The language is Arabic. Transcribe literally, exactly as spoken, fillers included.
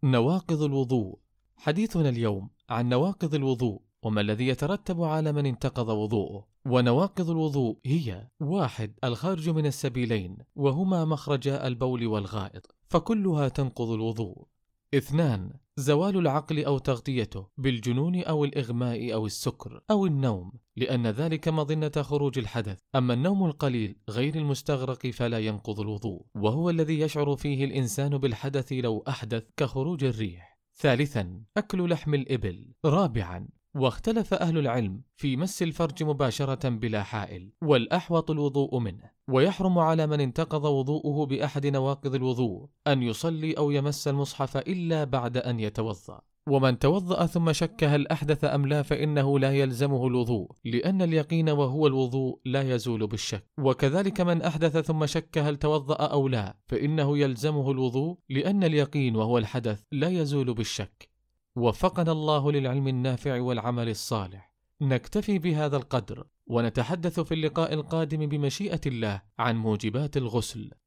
نواقض الوضوء. حديثنا اليوم عن نواقض الوضوء وما الذي يترتب على من انتقض وضوءه. ونواقض الوضوء هي: واحد الخارج من السبيلين وهما مخرجا البول والغائط، فكلها تنقض الوضوء. اثنان زوال العقل أو تغطيته بالجنون أو الإغماء أو السكر أو النوم، لأن ذلك مظنة خروج الحدث. أما النوم القليل غير المستغرق فلا ينقض الوضوء، وهو الذي يشعر فيه الإنسان بالحدث لو أحدث كخروج الريح. ثالثا أكل لحم الإبل. رابعا واختلف أهل العلم في مس الفرج مباشرة بلا حائل، والأحوط الوضوء منه. ويحرم على من انتقض وضوءه بأحد نواقض الوضوء أن يصلي أو يمس المصحف إلا بعد أن يتوضأ. ومن توضأ ثم شك هل أحدث أم لا فإنه لا يلزمه الوضوء، لأن اليقين وهو الوضوء لا يزول بالشك. وكذلك من أحدث ثم شك هل توضأ أو لا فإنه يلزمه الوضوء، لأن اليقين وهو الحدث لا يزول بالشك. وفقنا الله للعلم النافع والعمل الصالح. نكتفي بهذا القدر، ونتحدث في اللقاء القادم بمشيئة الله عن موجبات الغسل.